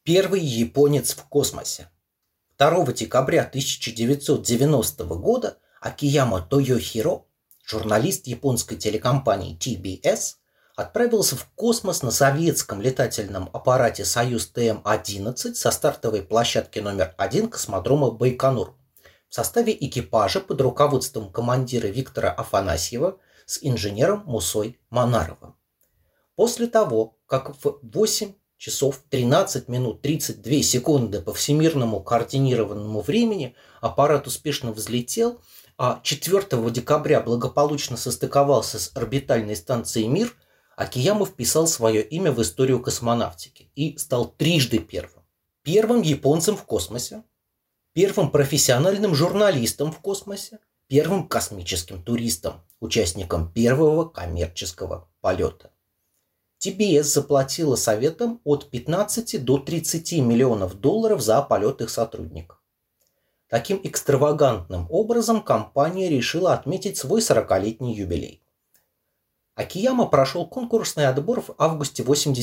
Первый японец в космосе. 2 декабря 1990 года Акияма Тойохиро, журналист японской телекомпании TBS, отправился в космос на советском летательном аппарате «Союз ТМ-11» со стартовой площадки номер 1 космодрома Байконур в составе экипажа под руководством командира Виктора Афанасьева с инженером Мусой Манаровым. После того, как в 8 часов 13 минут 32 секунды по всемирному координированному времени аппарат успешно взлетел, а 4 декабря благополучно состыковался с орбитальной станцией «Мир», Акияма вписал свое имя в историю космонавтики и стал трижды первым. Первым японцем в космосе, первым профессиональным журналистом в космосе, первым космическим туристом, участником первого коммерческого полета. TBS заплатила советам от 15 до 30 миллионов долларов за полет их сотрудников. Таким экстравагантным образом компания решила отметить свой 40-летний юбилей. Акияма прошел конкурсный отбор в августе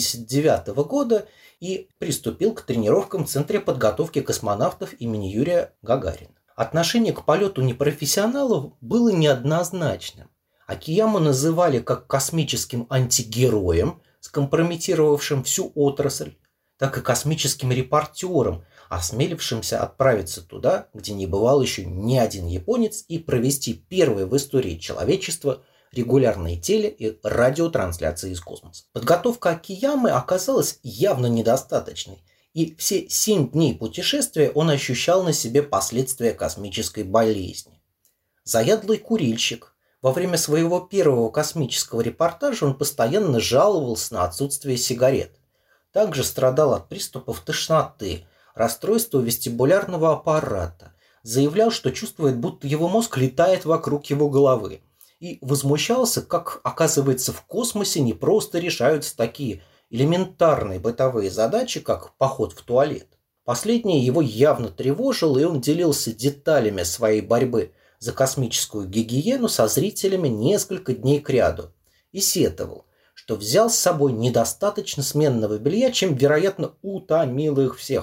1989 года и приступил к тренировкам в Центре подготовки космонавтов имени Юрия Гагарина. Отношение к полету непрофессионалов было неоднозначным. Акияму называли как космическим антигероем, скомпрометировавшим всю отрасль, так и космическим репортером, осмелившимся отправиться туда, где не бывал еще ни один японец, и провести первые в истории человечества регулярные теле- и радиотрансляции из космоса. Подготовка Акиямы оказалась явно недостаточной, и все 7 дней путешествия он ощущал на себе последствия космической болезни. Заядлый курильщик. Во время своего первого космического репортажа он постоянно жаловался на отсутствие сигарет. Также страдал от приступов тошноты, расстройства вестибулярного аппарата, заявлял, что чувствует, будто его мозг летает вокруг его головы, и возмущался, как, оказывается, в космосе не просто решаются такие элементарные бытовые задачи, как поход в туалет. Последнее его явно тревожило, и он делился деталями своей борьбы за космическую гигиену со зрителями несколько дней кряду и сетовал, что взял с собой недостаточно сменного белья, чем, вероятно, утомил их всех.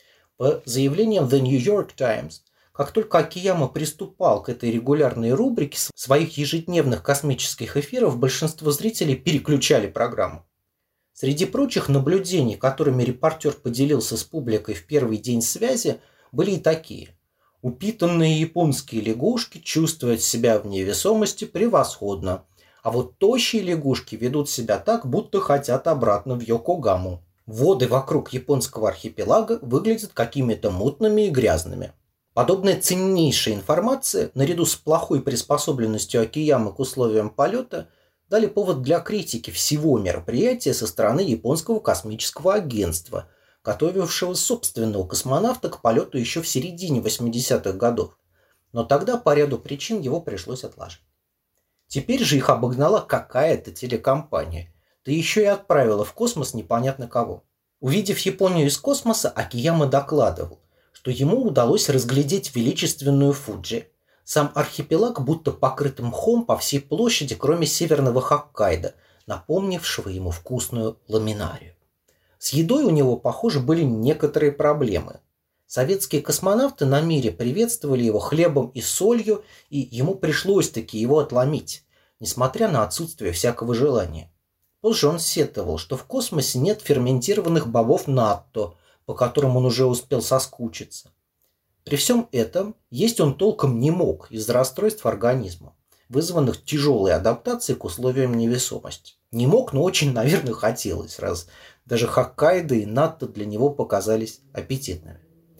По заявлениям The New York Times, как только Акияма приступал к этой регулярной рубрике своих ежедневных космических эфиров, большинство зрителей переключали программу. Среди прочих наблюдений, которыми репортер поделился с публикой в первый день связи, были и такие. Упитанные японские лягушки чувствуют себя в невесомости превосходно, а вот тощие лягушки ведут себя так, будто хотят обратно в Йокогаму. Воды вокруг японского архипелага выглядят какими-то мутными и грязными. Подобная ценнейшая информация, наряду с плохой приспособленностью Акиямы к условиям полета, дали повод для критики всего мероприятия со стороны японского космического агентства, готовившего собственного космонавта к полету еще в середине 80-х годов. Но тогда по ряду причин его пришлось отложить. Теперь же их обогнала какая-то телекомпания, да еще и отправила в космос непонятно кого. Увидев Японию из космоса, Акияма докладывал, что ему удалось разглядеть величественную Фуджи. Сам архипелаг будто покрыт мхом по всей площади, кроме северного Хоккайдо, напомнившего ему вкусную ламинарию. С едой у него, похоже, были некоторые проблемы. Советские космонавты на Мире приветствовали его хлебом и солью, и ему пришлось-таки его отломить, несмотря на отсутствие всякого желания. Позже он сетовал, что в космосе нет ферментированных бобов натто, по которым он уже успел соскучиться. При всем этом есть он толком не мог из-за расстройств организма, вызванных тяжелой адаптацией к условиям невесомости. Не мог, но очень, наверное, хотелось, раз даже Хоккайдо и натто для него показались аппетитными.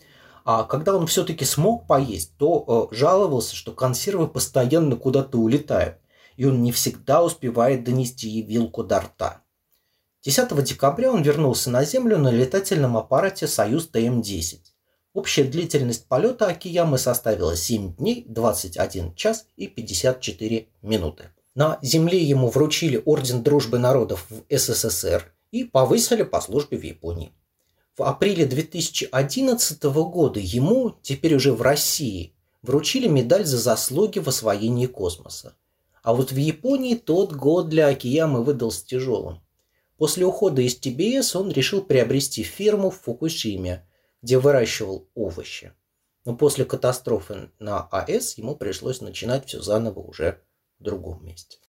А когда он все-таки смог поесть, то жаловался, что консервы постоянно куда-то улетают, и он не всегда успевает донести вилку до рта. 10 декабря он вернулся на Землю на летательном аппарате «Союз ТМ-10». Общая длительность полета Акиямы составила 7 дней, 21 час и 54 минуты. На Земле ему вручили Орден Дружбы Народов в СССР и повысили по службе в Японии. В апреле 2011 года ему, теперь уже в России, вручили медаль за заслуги в освоении космоса. А вот в Японии тот год для Акиямы выдался тяжелым. После ухода из TBS он решил приобрести фирму в Фукусиме, где выращивал овощи. Но после катастрофы на АЭС ему пришлось начинать все заново уже в другом месте.